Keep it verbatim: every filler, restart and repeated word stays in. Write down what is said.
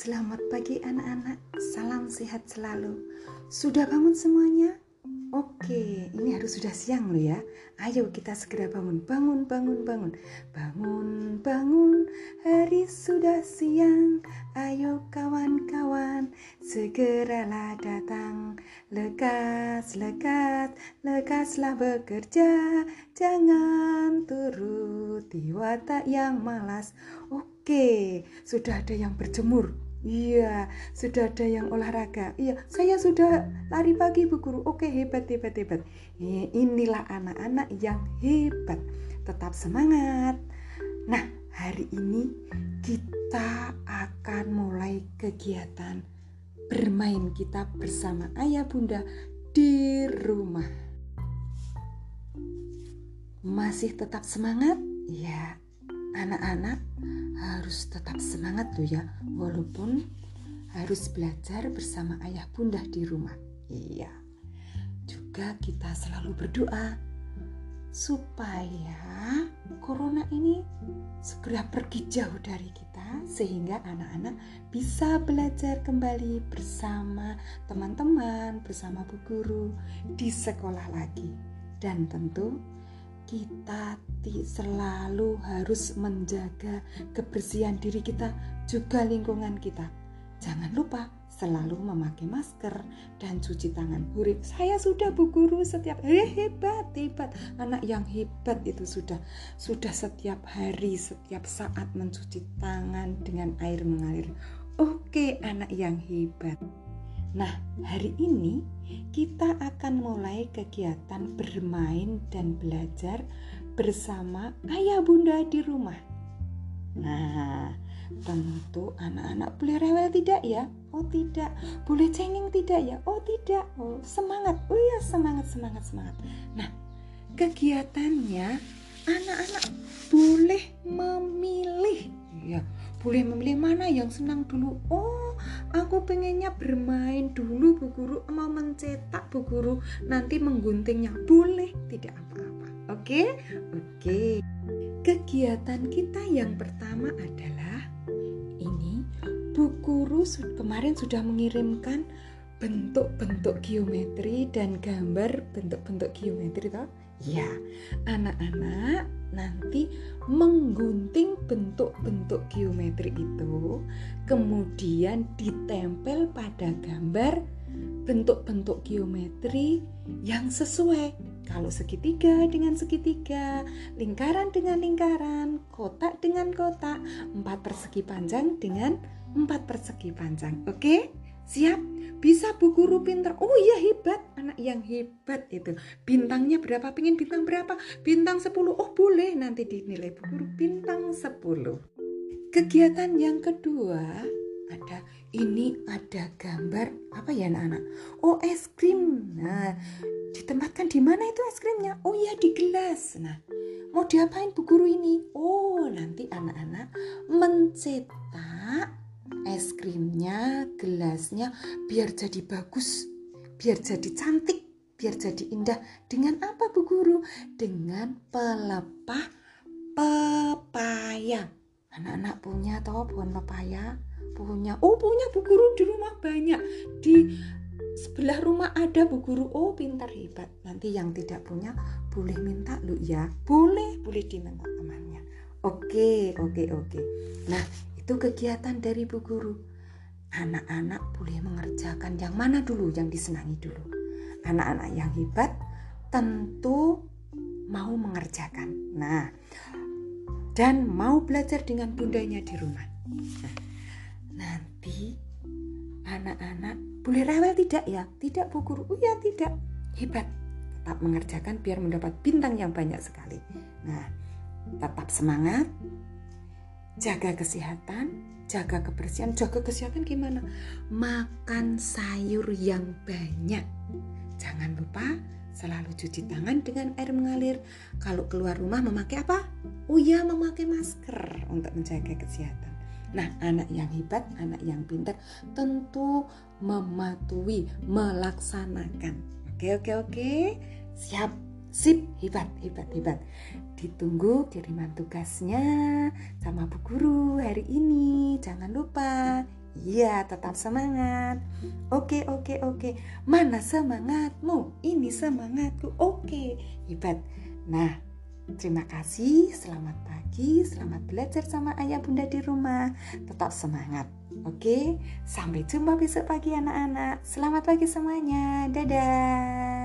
Selamat pagi anak-anak, salam sehat selalu. Sudah bangun semuanya? Oke, ini harus sudah siang loh ya. Ayo kita segera bangun, bangun, bangun, bangun. Bangun, bangun, hari sudah siang. Ayo kawan-kawan, segeralah datang. Lekas, lekas, lekaslah bekerja. Jangan turuti watak yang malas. Oke, sudah ada yang berjemur. Iya, sudah ada yang olahraga. Iya, saya sudah lari pagi Bu Guru. Oke, hebat, hebat, hebat. Inilah anak-anak yang hebat. Tetap semangat. Nah, hari ini kita akan mulai kegiatan bermain kita bersama ayah bunda di rumah. Masih tetap semangat? Ya, anak-anak harus tetap semangat loh ya, walaupun harus belajar bersama ayah bunda di rumah. Iya. Juga kita selalu berdoa supaya corona ini segera pergi jauh dari kita, sehingga anak-anak bisa belajar kembali bersama teman-teman, bersama Bu Guru di sekolah lagi. Dan tentu kita selalu harus menjaga kebersihan diri kita, juga lingkungan kita. Jangan lupa selalu memakai masker dan cuci tangan. Huruf, saya sudah Bu Guru setiap hari. Hebat, hebat. Anak yang hebat itu sudah sudah setiap hari, setiap saat mencuci tangan dengan air mengalir. Oke, anak yang hebat. Nah, hari ini kita akan mulai kegiatan bermain dan belajar bersama ayah bunda di rumah. Nah, tentu anak-anak boleh rewel tidak ya? Oh tidak. Boleh cengeng tidak ya? Oh tidak. Oh semangat. Oh ya semangat, semangat, semangat. Nah, kegiatannya anak-anak boleh memilih. Ya, boleh memilih mana yang senang dulu. Oh, aku pengennya bermain dulu Bu Guru, mau mencetak Bu Guru, nanti mengguntingnya. Boleh, tidak apa-apa. Oke? Oke. Kegiatan kita yang pertama adalah ini, Bu Guru kemarin sudah mengirimkan bentuk-bentuk geometri dan gambar bentuk-bentuk geometri toh? Ya, anak-anak nanti menggunting bentuk-bentuk geometri itu, kemudian ditempel pada gambar bentuk-bentuk geometri yang sesuai. Kalau segitiga dengan segitiga, lingkaran dengan lingkaran, kotak dengan kotak, empat persegi panjang dengan empat persegi panjang. Oke? Siap? Bisa Bu Guru pinter? Oh iya hebat, anak yang hebat itu. Bintangnya berapa? Pengen bintang berapa? Bintang sepuluh. Oh boleh, nanti dinilai Bu Guru bintang sepuluh. Kegiatan yang kedua ada, ini ada gambar apa ya anak-anak? Oh es krim. Nah, ditempatkan di mana itu es krimnya? Oh iya di gelas. Nah, mau diapain Bu Guru ini? Oh nanti anak-anak mencetak es krimnya, gelasnya biar jadi bagus, biar jadi cantik, biar jadi indah. Dengan apa Bu Guru? Dengan pelepah pepaya. Anak-anak punya toh pohon pepaya? Punya. Oh punya Bu Guru di rumah banyak. Di sebelah rumah ada Bu Guru. Oh pintar hebat. Nanti yang tidak punya boleh minta lu ya. Boleh, boleh diminta temannya. Oke, oke, oke. Nah, itu kegiatan dari Bu Guru. Anak-anak boleh mengerjakan yang mana dulu, yang disenangi dulu. Anak-anak yang hebat tentu mau mengerjakan. Nah, dan mau belajar dengan bundanya di rumah. Nah, nanti anak-anak boleh rewel tidak ya? Tidak Bu Guru. Oh ya tidak. Hebat. Tetap mengerjakan biar mendapat bintang yang banyak sekali. Nah, tetap semangat. Jaga kesehatan, jaga kebersihan. Jaga kesehatan gimana? Makan sayur yang banyak. Jangan lupa selalu cuci tangan dengan air mengalir. Kalau keluar rumah memakai apa? Oh ya, memakai masker untuk menjaga kesehatan. Nah, anak yang hebat, anak yang pintar tentu mematuhi, melaksanakan. Oke, oke, oke. Siap. Sip, hebat, hebat, hebat. Ditunggu kiriman tugasnya sama Bu Guru hari ini. Jangan lupa. Iya, tetap semangat. Oke, oke, oke. Mana semangatmu? Ini semangatku. Oke, hebat. Nah, terima kasih. Selamat pagi. Selamat belajar sama ayah bunda di rumah. Tetap semangat. Oke, sampai jumpa besok pagi anak-anak. Selamat pagi semuanya. Dadah.